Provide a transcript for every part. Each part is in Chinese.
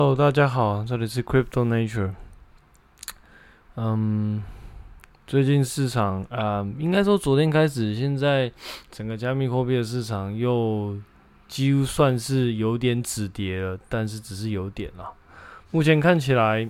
Hello，大家好，这里是 Crypto Nature。最近市场应该说昨天开始，现在整个加密货币的市场又几乎算是有点止跌了，但是只是有点啦。目前看起来，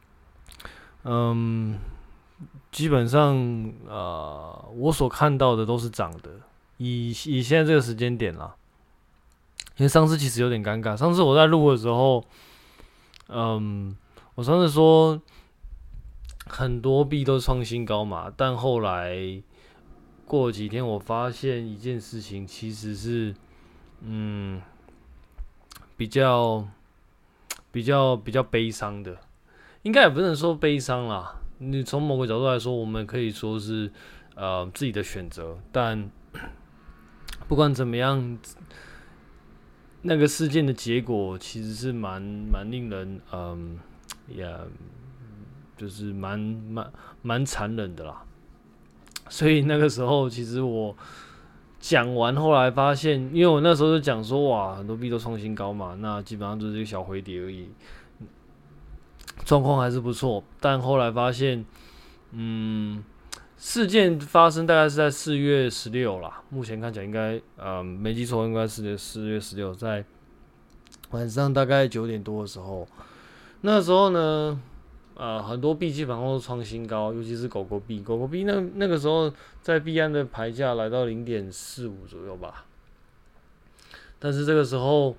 嗯，基本上我所看到的都是涨的。以现在这个时间点啦，因为上次其实有点尴尬，上次我在录的时候，嗯，我上次说很多币都创新高嘛，但后来过几天，我发现一件事情，其实是嗯比较比较悲伤的，应该也不能说悲伤啦。你从某个角度来说，我们可以说是自己的选择，但不管怎么样，那个事件的结果其实是蛮令人也就是蛮残忍的啦。所以那个时候，其实我讲完，后来发现，因为我那时候就讲说，哇，很多币都创新高嘛，那基本上就是一个小回跌而已，状况还是不错。但后来发现，嗯，事件发生大概是在4月16啦，目前看起来应该，没记错，应该是4月16，在晚上大概9点多的时候，那时候呢，很多币基本上都创新高，尤其是狗狗币。狗狗币那个时候在币安的牌价来到0.45左右吧。但是这个时候，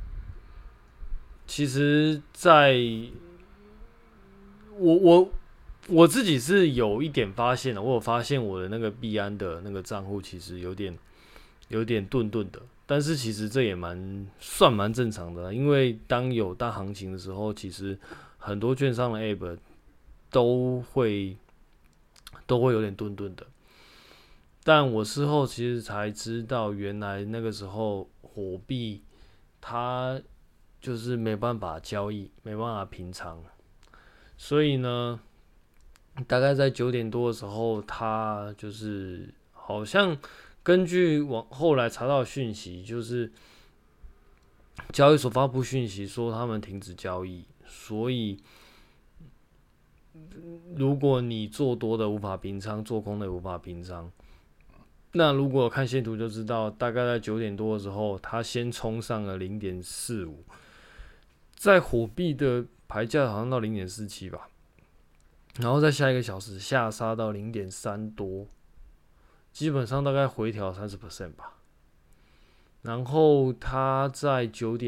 其实在我我我自己是有一点发现的，我有发现我的那个币安的那个账户其实有点顿顿的。但是其实这也算蛮正常的啦，因为当有大行情的时候，其实很多券商的 App 都会有点顿顿的。但我事后其实才知道，原来那个时候火币它就是没办法交易，没办法平仓，所以呢，大概在9点多的时候，它就是好像根据后来查到的讯息，就是交易所发布讯息说他们停止交易，所以如果你做多的无法平仓，做空的也无法平仓。那如果看线图就知道，大概在9点多的时候，它先冲上了0.45，在火币的牌价好像到0.47吧，然后在下一个小时下杀到0.3多，基本上大概回调30%吧。然后它在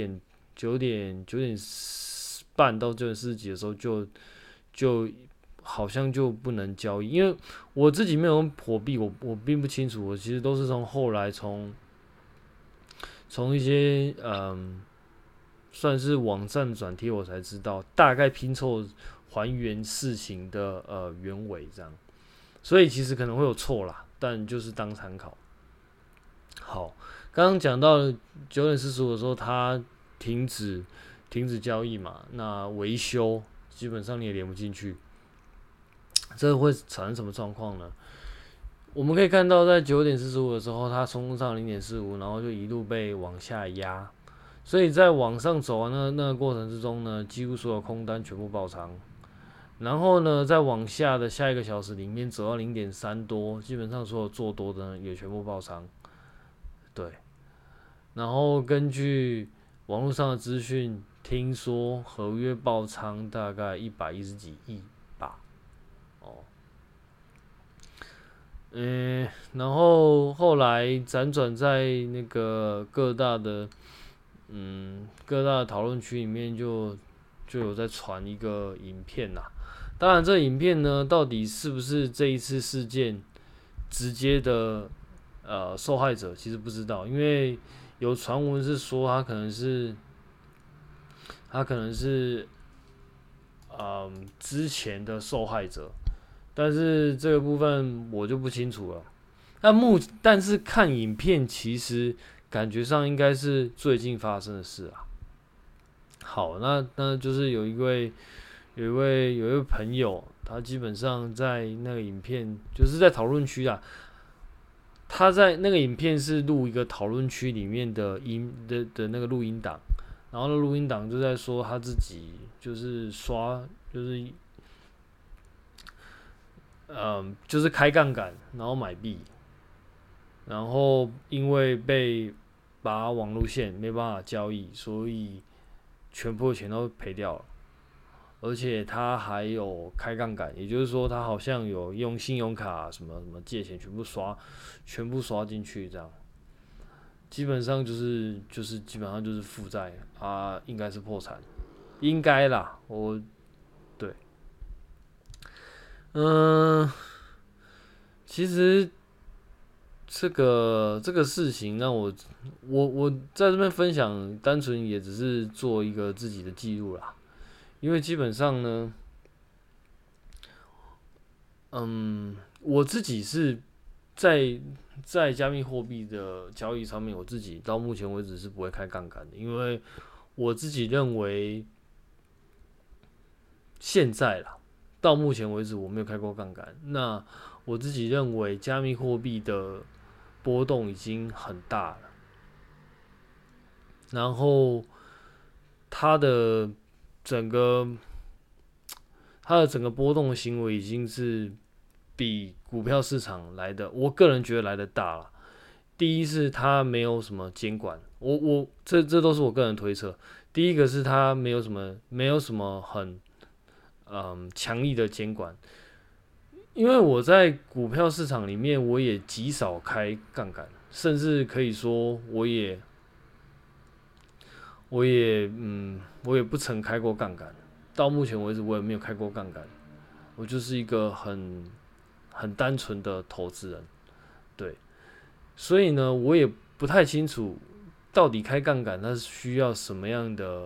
9点半到9点40几的时候就好像就不能交易，因为我自己没有用火币，我并不清楚，我其实都是从后来从一些算是网站转贴我才知道，大概拼凑还原事情的原委这样，所以其实可能会有错啦，但就是当参考。好，刚刚讲到9点45的时候，它停止交易嘛，那维修基本上你也连不进去，这会产生什么状况呢？我们可以看到，在9点45的时候，它冲上0.45，然后就一路被往下压，所以在往上走完那个过程之中呢，几乎所有空单全部爆仓。然后呢，在往下的下一个小时里面走到0.3多，基本上所有做多的也全部爆仓。对，然后根据网络上的资讯，听说合约爆仓大概110几亿吧。哦，然后后来辗转在那个各大的讨论区里面就有在传一个影片啦。当然，这影片呢，到底是不是这一次事件直接的受害者，其实不知道，因为有传闻是说他可能是之前的受害者，但是这个部分我就不清楚了。但是看影片，其实感觉上应该是最近发生的事啊。好，那就是有一位朋友，他基本上在那个影片就是在讨论区啊，他在那个影片是录一个讨论区里面的那个录音档， 然后录音档就在说他自己就是就是开杠杆，然后买币，然后因为被拔网路线没办法交易，所以全部的钱都赔掉了。而且他还有开杠杆，也就是说他好像有用信用卡什么什么借钱全部刷进去，这样基本上基本上就是负债啊，应该是破产，应该啦，对，嗯，其实这个事情让我在这边分享，单纯也只是做一个自己的记录啦，因为基本上呢。我自己是在加密货币的交易上面，我自己到目前为止是不会开杠杆的，因为我自己认为现在啦，到目前为止我没有开过杠杆。那我自己认为加密货币的波动已经很大了，然后它的整个波动的行为已经是比股票市场来的，我个人觉得来的大了。第一是它没有什么监管，这都是我个人推测。第一个是它没有什么很强力的监管，因为我在股票市场里面我也极少开杠杆，甚至可以说我也不曾开过杠杆，到目前为止我也没有开过杠杆，我就是一个很单纯的投资人，对，所以呢，我也不太清楚到底开杠杆它需要什么样的，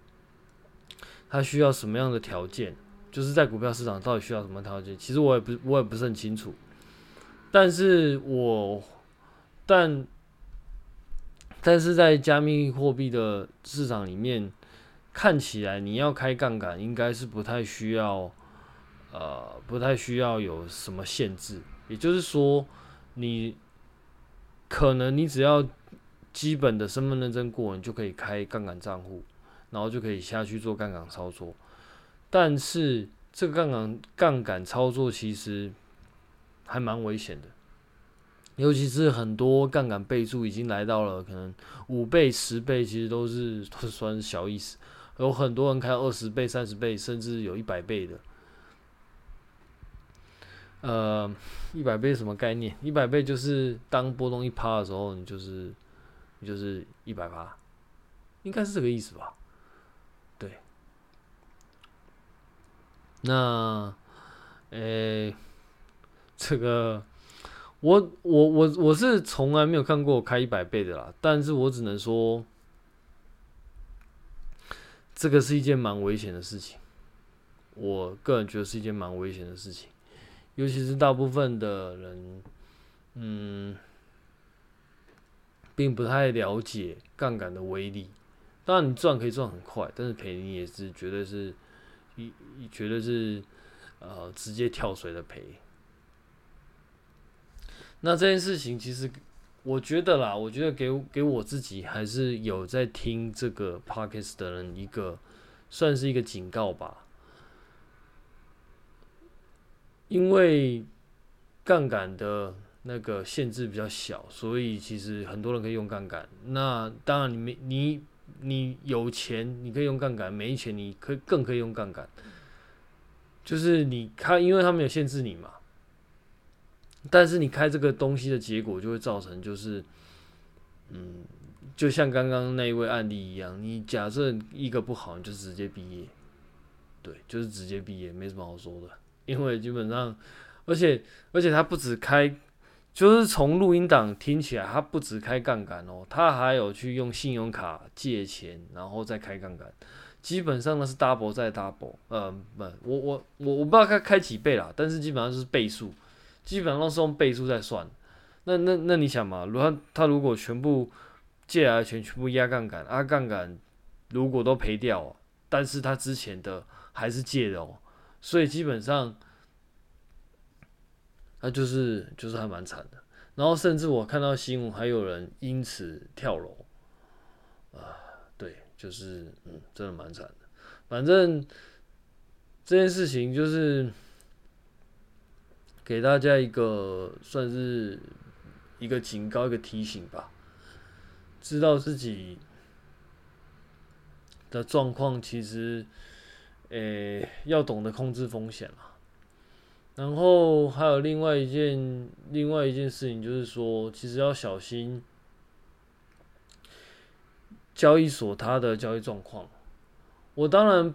条件，就是在股票市场到底需要什么条件，其实我也不是很清楚，但是但但是在加密货币的市场里面，看起来你要开杠杆应该是不太需要有什么限制，也就是说，你可能你只要基本的身份认证过，你就可以开杠杆账户，然后就可以下去做杠杆操作。但是这个杠杆操作其实还蛮危险的，尤其是很多杠杆倍数已经来到了可能5倍、10倍，其实都算是小意思。有很多人开20倍、30倍，甚至有100倍的。100倍是什么概念？100倍就是当波动1%的时候，你就是100%，应该是这个意思吧？对。那，这个我是从来没有看过开100倍的啦，但是我只能说，这个是一件蛮危险的事情。我个人觉得是一件蛮危险的事情，尤其是大部分的人，并不太了解杠杆的威力。当然，你赚可以赚很快，但是赔你也是绝对是直接跳水的赔。那这件事情其实我觉得啦，我觉得给我自己还是有在听这个 podcast 的人算是一个警告吧，因为杠杆的那个限制比较小，所以其实很多人可以用杠杆。那当然你有钱你可以用杠杆，没钱你更可以用杠杆，就是因为他没有限制你嘛。但是你开这个东西的结果就会造成就是，就像刚刚那一位案例一样，你假设一个不好，你就直接毕业，对，就是直接毕业，没什么好说的，因为基本上，而且他不止开，就是从录音档听起来，他不止开杠杆哦，他还有去用信用卡借钱，然后再开杠杆，基本上呢是 double 再 double，我不知道开几倍啦，但是基本上就是倍数。基本上都是用倍数在算。那你想嘛，他如果全部借来的钱全部压杠杆，杠杆如果都赔掉，但是他之前的还是借的哦，所以基本上他就是还蛮惨的。然后甚至我看到新闻，还有人因此跳楼，对， 就是真的蛮惨的。反正这件事情就是给大家一个算是一个警告、一个提醒吧，知道自己的状况，其实要懂得控制风险啦。然后还有另外一件事情，就是说，其实要小心交易所它的交易状况。我当然，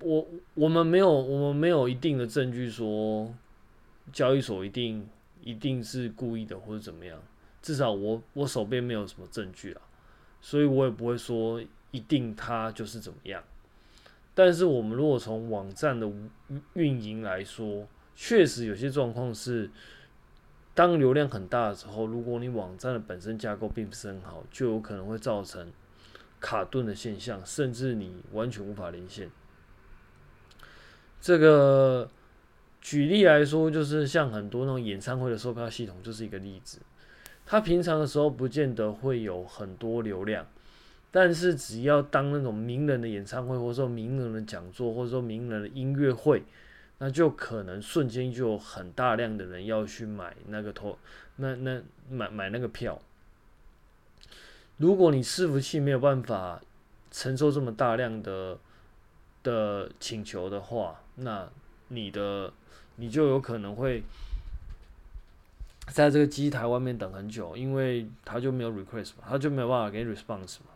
我们没有一定的证据说交易所一定是故意的或者怎么样，至少我手边没有什么证据啊，所以我也不会说一定它就是怎么样。但是我们如果从网站的运营来说，确实有些状况是，当流量很大的时候，如果你网站的本身架构并不是很好，就有可能会造成卡顿的现象，甚至你完全无法连线。这个举例来说，就是像很多那种演唱会的售票系统就是一个例子。它平常的时候不见得会有很多流量，但是只要当那种名人的演唱会，或者说名人的讲座，或者说名人的音乐会，那就可能瞬间就有很大量的人要去买那个买那个票。如果你伺服器没有办法承受这么大量的请求的话，那你就有可能会在这个机台外面等很久，因为它就没有 request 嘛，它就没有办法给 response 嘛。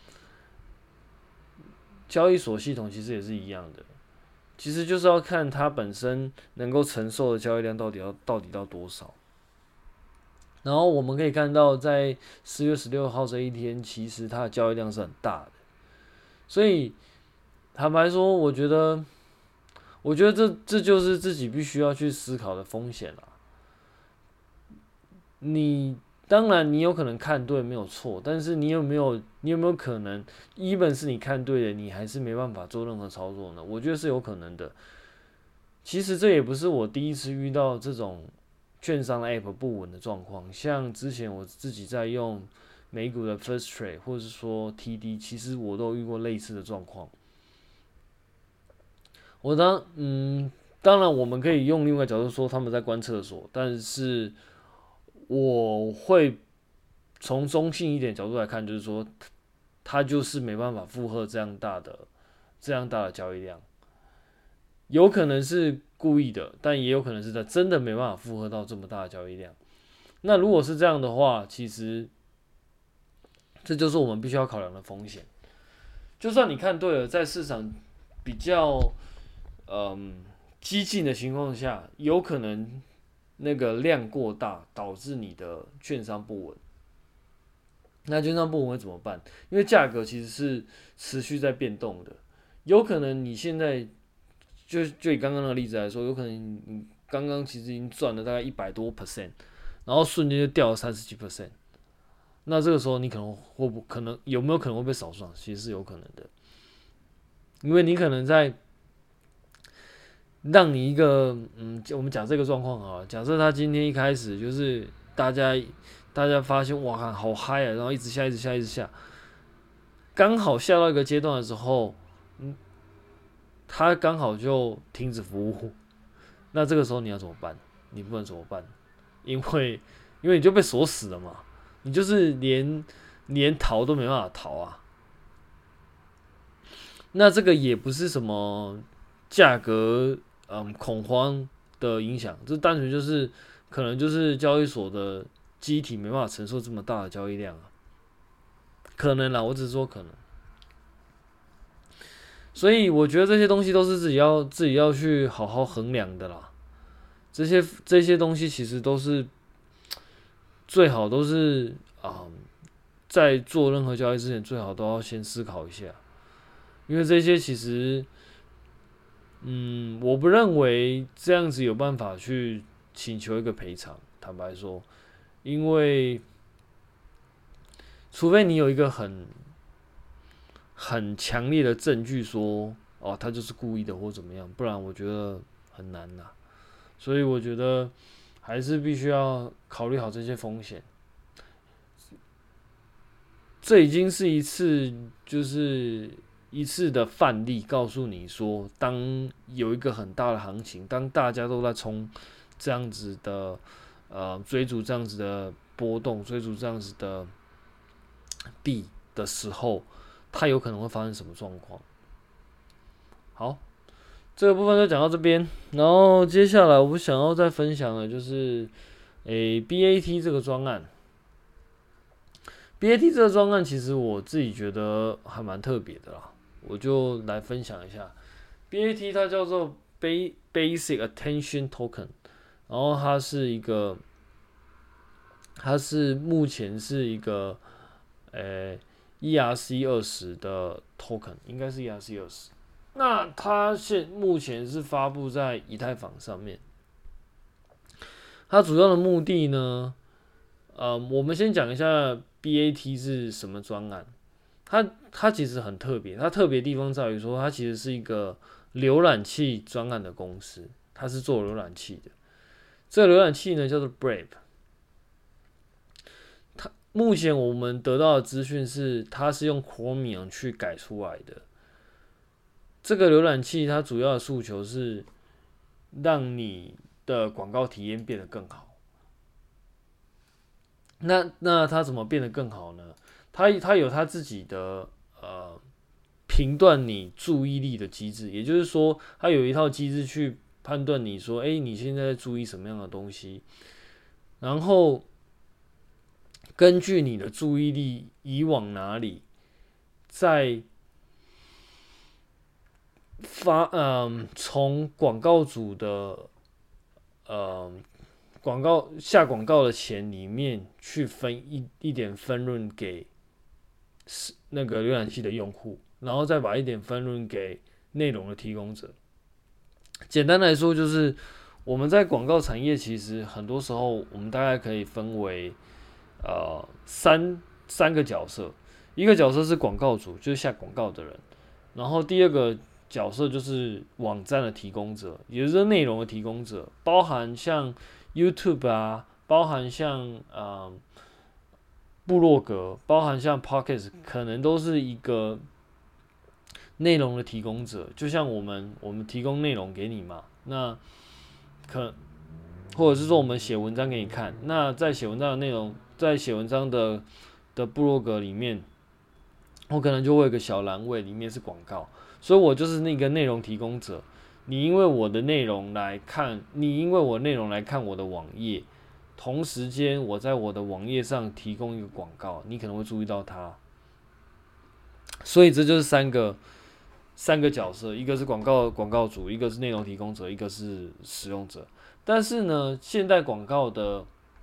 交易所系统其实也是一样的，其实就是要看它本身能够承受的交易量到底到多少。然后我们可以看到，在4月16号这一天，其实它的交易量是很大的，所以坦白说，我觉得这就是自己必须要去思考的风险啦。当然你有可能看对没有错，但是你有没有可能，even是你看对了，你还是没办法做任何操作呢？我觉得是有可能的。其实这也不是我第一次遇到这种券商的 App 不稳的状况，像之前我自己在用美股的 First Trade 或者是说 TD， 其实我都遇过类似的状况。当然我们可以用另外一个角度说他们在关厕所，但是我会从中性一点角度来看，就是说它就是没办法负荷这样大的交易量，有可能是故意的，但也有可能是真的没办法负荷到这么大的交易量。那如果是这样的话，其实这就是我们必须要考量的风险。就算你看对了，在市场比较激进的情况下，有可能那个量过大，导致你的券商不稳。那券商不稳会怎么办？因为价格其实是持续在变动的，有可能你现在就以刚刚那个例子来说，有可能你刚刚其实已经赚了大概100%多，然后瞬间就掉了37%。那这个时候你有没有可能会被扫爽？其实是有可能的，因为你可能在让你一个我们讲这个状况啊，假设他今天一开始就是大家发现哇好嗨啊，然后一直下，刚好下到一个阶段的时候，他刚好就停止服务，那这个时候你要怎么办？你不能怎么办？因为你就被锁死了嘛，你就是连逃都没办法逃啊。那这个也不是什么价格恐慌的影响，这单纯就是可能就是交易所的机体没办法承受这么大的交易量啊，可能啦，我只是说可能。所以我觉得这些东西都是自己要去好好衡量的啦。这些东西其实都是最好都是在做任何交易之前，最好都要先思考一下，因为这些其实我不认为这样子有办法去请求一个赔偿。坦白说，因为除非你有一个很强烈的证据说，他就是故意的或怎么样，不然我觉得很难呐。所以我觉得还是必须要考虑好这些风险。 这已经是一次的范例，告诉你说，当有一个很大的行情，当大家都在冲这样子的追逐这样子的波动，追逐这样子的币的时候，它有可能会发生什么状况。好，这个部分就讲到这边，然后接下来我想要再分享的就是BAT 这个专案。BAT 这个专案其实我自己觉得还蛮特别的啦，我就来分享一下。BAT 它叫做 Basic Attention Token， 然后它是目前是一个ERC20的 token， 应该是 ERC20。那它目前是发布在以太坊上面。它主要的目的呢，我们先讲一下 BAT 是什么专案。它其实很特别，它特别的地方在于说，它其实是一个浏览器专案的公司，它是做浏览器的。这个浏览器呢叫做 Brave。目前我们得到的资讯是，它是用 Chromium 去改出来的。这个浏览器它主要的诉求是让你的广告体验变得更好。那它怎么变得更好呢？它有它自己的评断你注意力的机制，也就是说，它有一套机制去判断你说，你现在在注意什么样的东西，然后根据你的注意力移往哪里，再从广告主的下广告的钱里面去分一点分润给那个浏览器的用户，然后再把一点分润给内容的提供者。简单来说，就是我们在广告产业，其实很多时候我们大概可以分为三个角色。一个角色是广告主，就是下广告的人。然后第二个角色就是网站的提供者，也就是内容的提供者，包含像 YouTube 啊，包含像部落格，包含像 Podcast， 可能都是一个内容的提供者。就像我们提供内容给你嘛，那或者是说我们写文章给你看，那在写文章的内容，在写文章的部落格里面，我可能就会有一个小栏位，里面是广告，所以我就是那个内容提供者。你因为我的内容来看，我的网页，同时间我在我的网页上提供一个广告，你可能会注意到它。所以这就是三个角色，一个是广告主，一个是内容提供者，一个是使用者。但是呢，现在广告的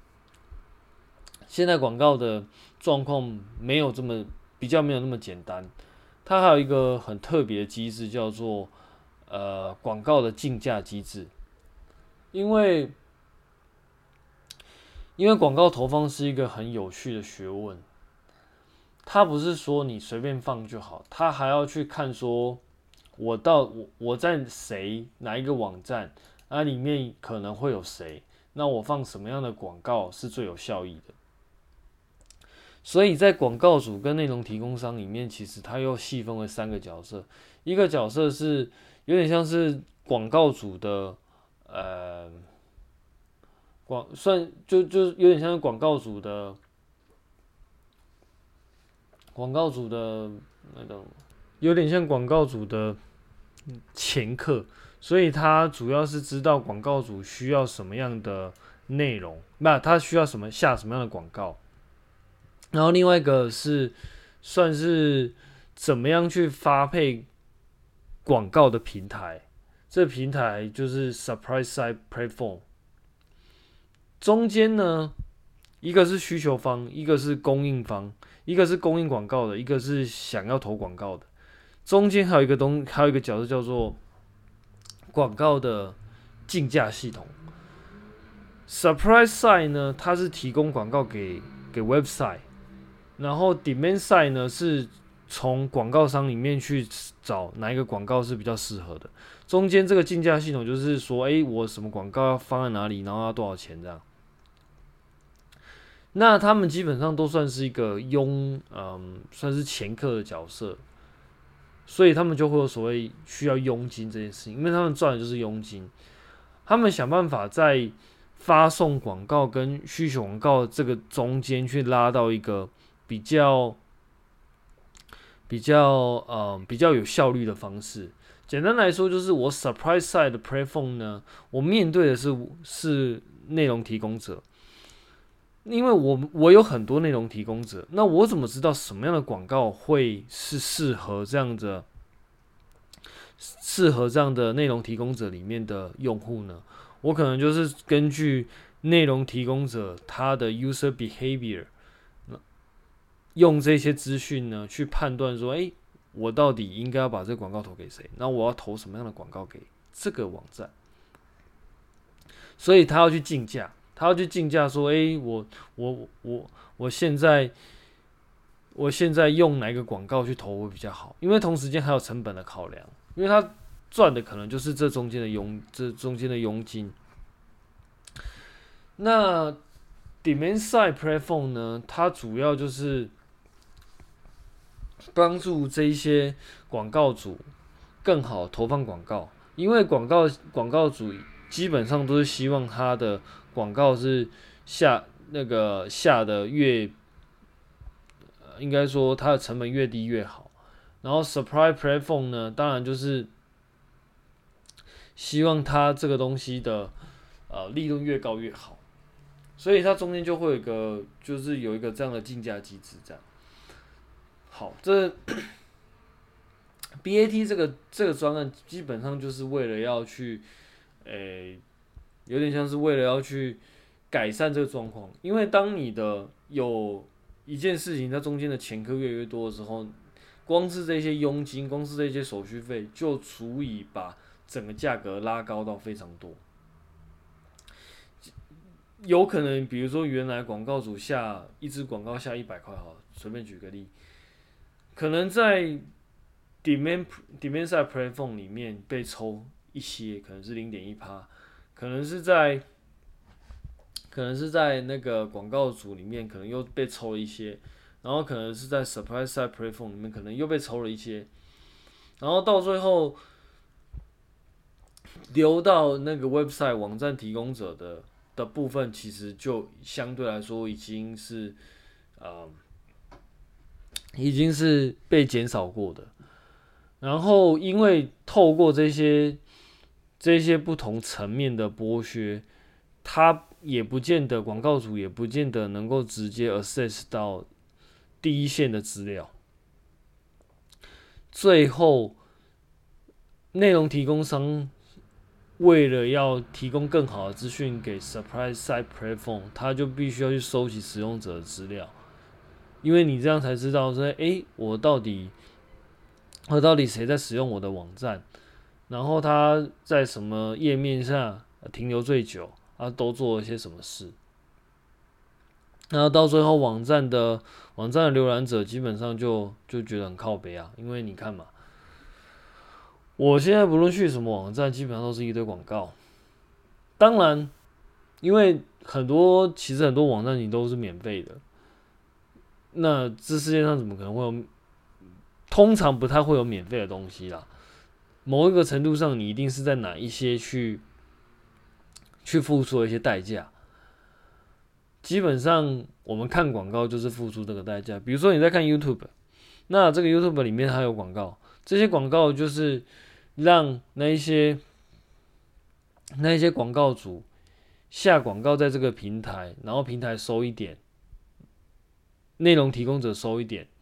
状况比较没有那么简单，它还有一个很特别的机制，叫做广告的竞价机制。因为广告投放是一个很有趣的学问，它不是说你随便放就好，它还要去看说我在哪一个网站里面可能会有谁，那我放什么样的广告是最有效益的。所以在广告主跟内容提供商里面，其实它又细分为三个角色。一个角色是有点像是广告主的，就有点像是广告主的那种，有点像广告主的前客，所以他主要是知道广告主需要什么样的内容，他需要下什么样的广告。然后另外一个是算是怎么样去发配广告的平台，这平台就是 Supply Side Platform。中间呢，一个是需求方，一个是供应方，一个是供应广告的，一个是想要投广告的。中间还有一个角色叫做广告的竞价系统。Supply Side 呢，它是提供广告给 website。然后 demand side 呢，是从广告商里面去找哪一个广告是比较适合的。中间这个竞价系统就是说，我什么广告要放在哪里，然后要多少钱这样。 那他们基本上都算是一个算是掮客的角色，所以他们就会有所谓需要佣金这件事情，因为他们赚的就是佣金。他们想办法在发送广告跟需求广告这个中间去拉到一个比较有效率的方式。简单来说，就是我 supply side 的 platform 呢，我面对的是内容提供者，因为我有很多内容提供者，那我怎么知道什么样的广告会是适合这样的内容提供者里面的用户呢？我可能就是根据内容提供者他的 user behavior， 用这些资讯呢去判断说，我到底应该要把这个广告投给谁？那我要投什么样的广告给这个网站？所以他要去竞价，说，我现在用哪一个广告去投会比较好？因为同时间还有成本的考量，因为他赚的可能就是这中间的佣金。那 Demand Side Platform 呢？它主要就是帮助这一些广告主更好投放广告，因为广告主基本上都是希望他的广告是下的越，应该说它的成本越低越好。然后 Supply Platform 呢，当然就是希望它这个东西的利润越高越好，所以它中间就会有一个这样的竞价机制，这样。好，这BAT 这个专案基本上就是为了要去，有点像是为了要去改善这个状况，因为当你的有一件事情在中间的前科越来越多的时候，光是这些佣金，光是这些手续费，就足以把整个价格拉高到非常多。有可能，比如说原来广告主下一支广告下100块，好了，随便举个例，可能在Demand Side Platform 里面被抽一些，可能是0.1%，可能是在那个广告组里面可能又被抽了一些，然后可能是在 Supply Side Platform 里面可能又被抽了一些，然后到最后流到那个 website 网站提供者的部分，其实就相对来说已经是被减少过的。然后因为透过这些不同层面的剥削，广告主也不见得能够直接 access 到第一线的资料。最后，内容提供商为了要提供更好的资讯给 Supply Side Platform， 他就必须要去收集使用者的资料，因为你这样才知道说，我到底谁在使用我的网站，然后他在什么页面下停留最久，都做了些什么事。然后到最后，网站的浏览者基本上就觉得很靠北啊，因为你看嘛，我现在不论去什么网站，基本上都是一堆广告。当然，因为其实很多网站你都是免费的，那这世界上怎么可能会有？通常不太会有免费的东西啦。某一个程度上，你一定是在哪一些去付出了一些代价。基本上，我们看广告就是付出这个代价。比如说你在看 YouTube， 那这个 YouTube 里面它有广告，这些广告就是让那一些广告主下广告在这个平台，然后平台收一点，内容提供者收一点。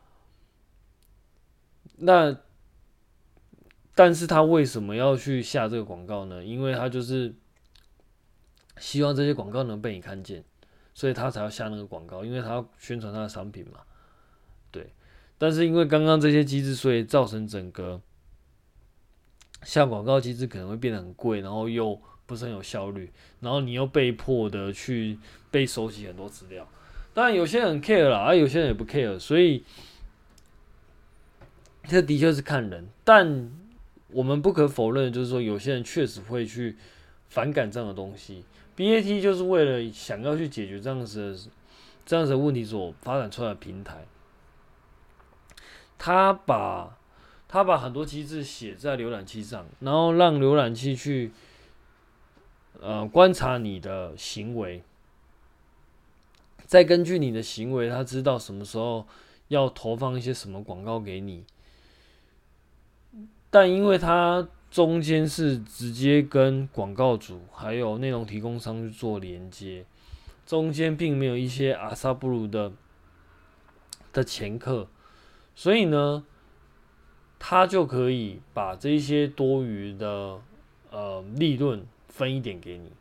但是他为什么要去下这个广告呢？因为他就是希望这些广告能被你看见，所以他才要下那个广告，因为他要宣传他的商品嘛。对，但是因为刚刚这些机制，所以造成整个下广告机制可能会变得很贵，然后又不是很有效率，然后你又被迫的去被收集很多资料。当然有些人很 care 啦，有些人也不 care， 所以这的确是看人，但我们不可否认的就是说，有些人确实会去反感这样的东西。BAT 就是为了想要去解决这样子这样子的问题所发展出来的平台，它把很多机制写在浏览器上，然后让浏览器去观察你的行为，再根据你的行为，它知道什么时候要投放一些什么广告给你。但因为它中间是直接跟广告主还有内容提供商去做连接，中间并没有一些阿萨布鲁的前客，所以呢，他就可以把这些多余的利润分一点给你，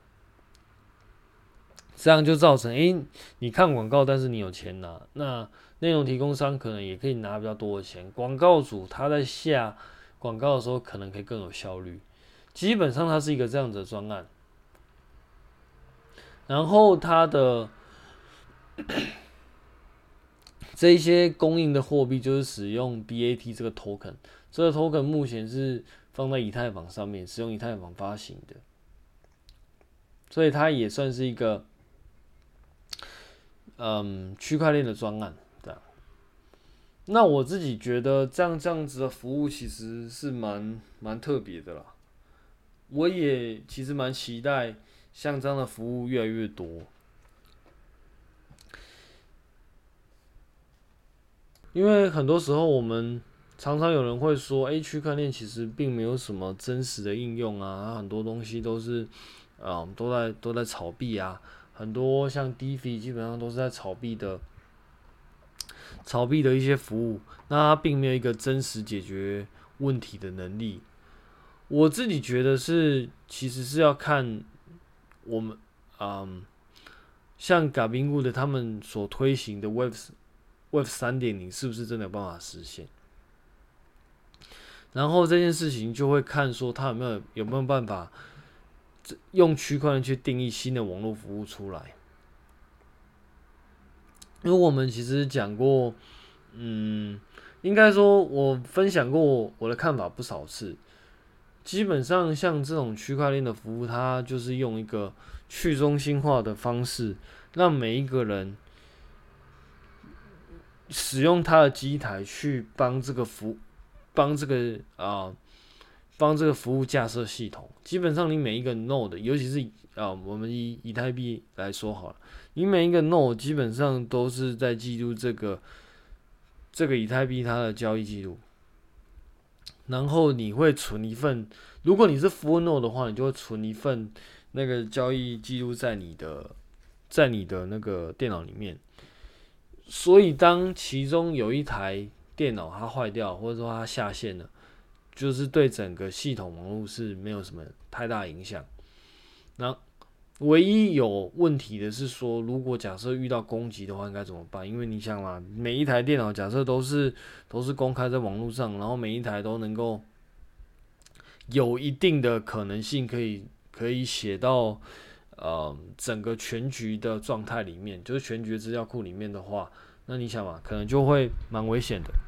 这样就造成你看广告，但是你有钱拿，那内容提供商可能也可以拿比较多的钱，广告主他在下广告的时候可能可以更有效率。基本上它是一个这样子的专案，然后它的这一些供应的货币就是使用 BAT 这个 token， 这个 token 目前是放在以太坊上面，使用以太坊发行的，所以它也算是一个区块链的专案。那我自己觉得这样子的服务其实是蛮特别的啦。我也其实蛮期待像这样的服务越来越多，因为很多时候我们常常有人会说，区块链其实并没有什么真实的应用啊，很多东西都是都在炒币啊，很多像 DeFi 基本上都是在炒币的一些服务，那它并没有一个真实解决问题的能力。我自己觉得其实是要看我们，像 Gabingu 的他们所推行的 Web 3.0 是不是真的有办法实现？然后这件事情就会看说他有没有办法用区块链去定义新的网络服务出来。因为我们其实讲过，应该说我分享过我的看法不少次。基本上像这种区块链的服务，它就是用一个去中心化的方式，让每一个人使用他的机台去帮这个服务架设系统。基本上你每一个 node， 尤其是我们以太币来说好了，你每一个 node 基本上都是在记录这个以太币它的交易记录。然后你会存一份，如果你是 full node 的话，你就会存一份那个交易记录在你的那个电脑里面。所以当其中有一台电脑它坏掉，或者说它下线了，就是对整个系统网络是没有什么太大影响。那唯一有问题的是说，如果假设遇到攻击的话，应该怎么办？因为你想嘛，每一台电脑假设都是公开在网络上，然后每一台都能够有一定的可能性可以写到整个全局的状态里面，就是全局的资料库里面的话，那你想嘛，可能就会蛮危险的。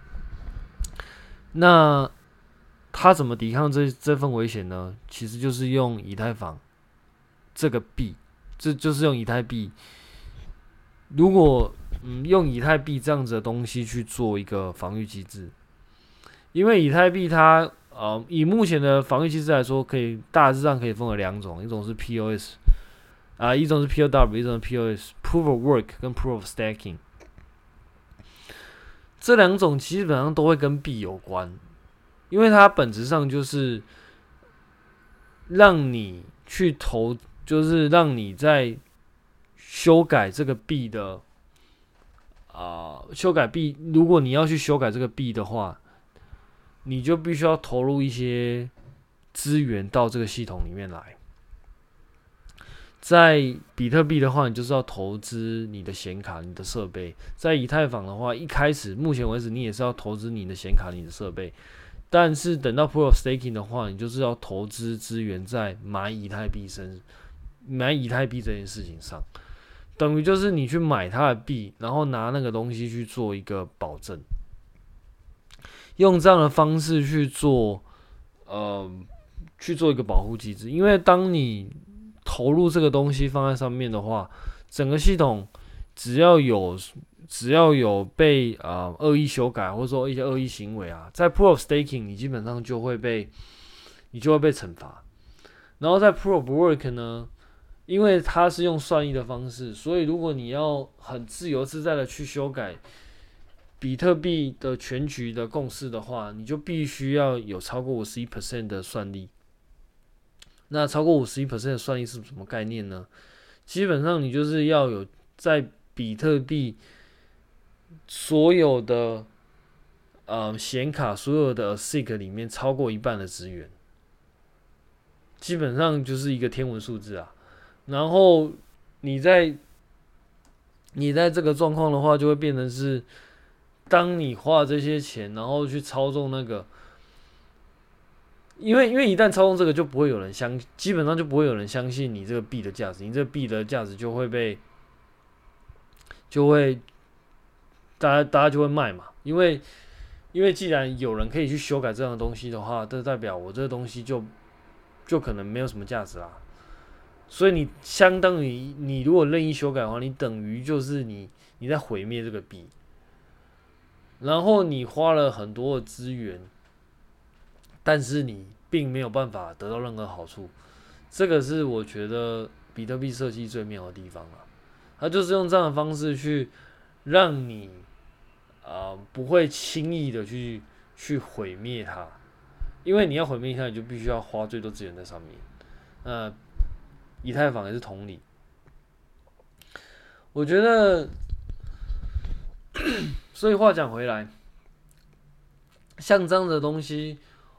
那他怎么抵抗这份危险呢？其实就是用以太坊这个币，这就是用以太币。如果用以太币这样子的东西去做一个防御机制，因为以太币它以目前的防御机制来说，大致上可以分为两种，一种是 POS 一种是 POW， 一种是 POS，Proof of Work 跟 Proof of Stacking。这两种基本上都会跟币有关，因为它本质上就是让你去投，就是让你在修改这个币的修改币，如果你要去修改这个币的话，你就必须要投入一些资源到这个系统里面来。在比特币的话，你就是要投资你的显卡、你的设备；在以太坊的话，目前为止你也是要投资你的显卡、你的设备。但是等到 Proof of Staking 的话，你就是要投资资源在买以太币这件事情上，等于就是你去买它的币，然后拿那个东西去做一个保证，用这样的方式去做一个保护机制。因为当你投入这个东西放在上面的话，整个系统只要有被恶意修改，或者说一些恶意行为啊，在 Proof of Staking 你基本上就会被惩罚。然后在 Proof of Work 呢，因为它是用算力的方式，所以如果你要很自由自在的去修改比特币的全局的共识的话，你就必须要有超过 51% 的算力。那超过 51% 的算力是什么概念呢？基本上你就是要有在比特币所有的显卡所有的 ASIC 里面超过一半的资源，基本上就是一个天文数字啊。然后你在这个状况的话，就会变成是，当你花这些钱，然后去操纵那个，因为一旦操纵这个，就不会有人基本上就不会有人相信你这个币的价值，你这个币的价值就会大家就会卖嘛，因为既然有人可以去修改这样的东西的话，这代表我这个东西就可能没有什么价值啦。所以你相当于你如果任意修改的话，你等于就是你在毁灭这个币，然后你花了很多的资源，但是你并没有办法得到任何好处。这个是我觉得比特币设计最妙的地方了，它就是用这样的方式去让你不会轻易的去毁灭它，因为你要毁灭它，你就必须要花最多资源在上面。以太坊也是同理。我觉得，所以话讲回来，像这样的东西，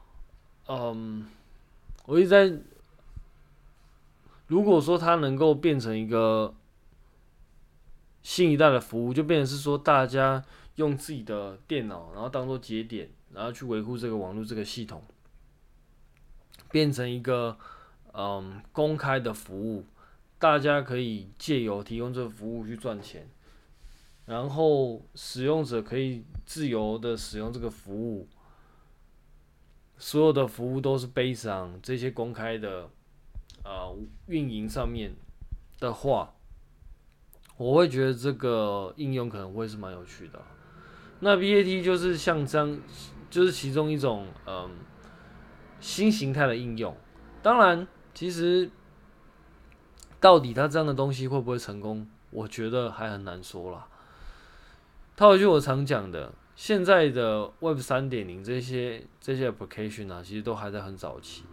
我一直在，如果说它能够变成一个新一代的服务，就变成是说大家用自己的电脑，然后当做节点，然后去维护这个网络这个系统，变成一个公开的服务，大家可以借由提供这个服务去赚钱，然后使用者可以自由的使用这个服务，所有的服务都是based on这些公开的运营上面的话，我会觉得这个应用可能会是蛮有趣的。那 BAT 就是像这样，就是其中一种新形态的应用。当然，其实到底它这样的东西会不会成功，我觉得还很难说啦。套一句我常讲的，现在的 Web 3.0这些 application 啊，其实都还在很早期。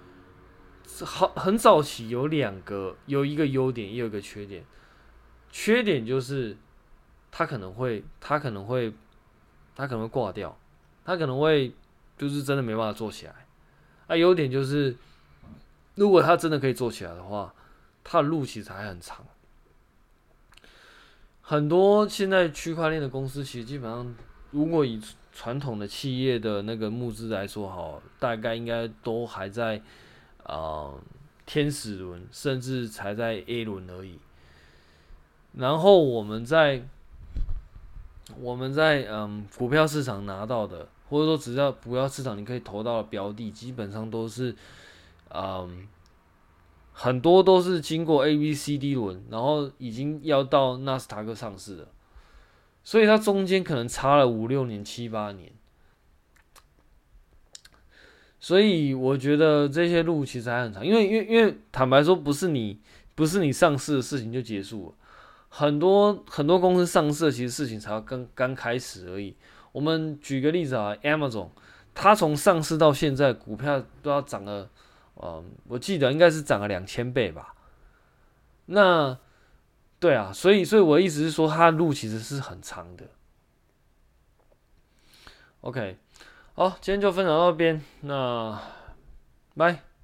很早期有一个优点，也有一个缺点。缺点就是它可能会挂掉，它可能会就是真的没办法做起来。优点就是，如果它真的可以做起来的话，它的路其实还很长。很多现在区块链的公司，其实基本上，如果以传统的企业的那个募资来说，好，大概应该都还在天使轮，甚至才在 A 轮而已。然后我们在股票市场拿到的，或者说只要股票市场你可以投到的标的，基本上都是很多都是经过 A、B、C、D 轮，然后已经要到纳斯达克上市了，所以它中间可能差了5、6年、7、8年。所以我觉得这些路其实还很长，因为坦白说，不是你上市的事情就结束了。很多公司上市的其实事情才刚开始而已。我们举个例子啊 ，Amazon， 它从上市到现在，股票都要涨了，我记得应该是涨了2000倍吧。那对啊，所以我的意思是说，它的路其实是很长的。OK， 好，今天就分享到这边，那拜。